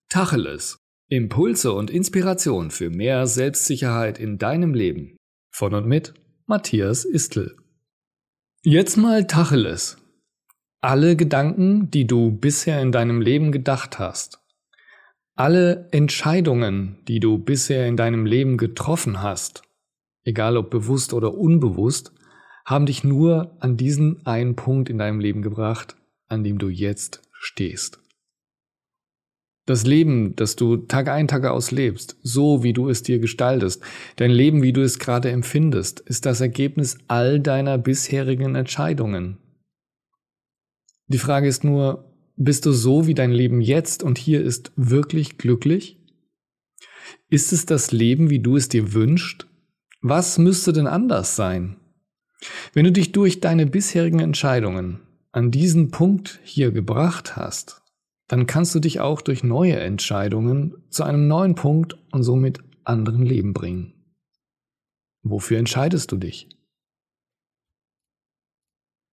Tacheles. Impulse und Inspiration für mehr Selbstsicherheit in deinem Leben. Von und mit Matthias Istl. Jetzt mal Tacheles. Alle Gedanken, die du bisher in deinem Leben gedacht hast, alle Entscheidungen, die du bisher in deinem Leben getroffen hast, egal ob bewusst oder unbewusst, haben dich nur an diesen einen Punkt in deinem Leben gebracht, an dem du jetzt stehst. Das Leben, das du Tag ein, Tag aus lebst, so wie du es dir gestaltest, dein Leben, wie du es gerade empfindest, ist das Ergebnis all deiner bisherigen Entscheidungen. Die Frage ist nur, bist du so, wie dein Leben jetzt und hier ist, wirklich glücklich? Ist es das Leben, wie du es dir wünschst? Was müsste denn anders sein? Wenn du dich durch deine bisherigen Entscheidungen an diesen Punkt hier gebracht hast, dann kannst du dich auch durch neue Entscheidungen zu einem neuen Punkt und somit anderen Leben bringen. Wofür entscheidest du dich?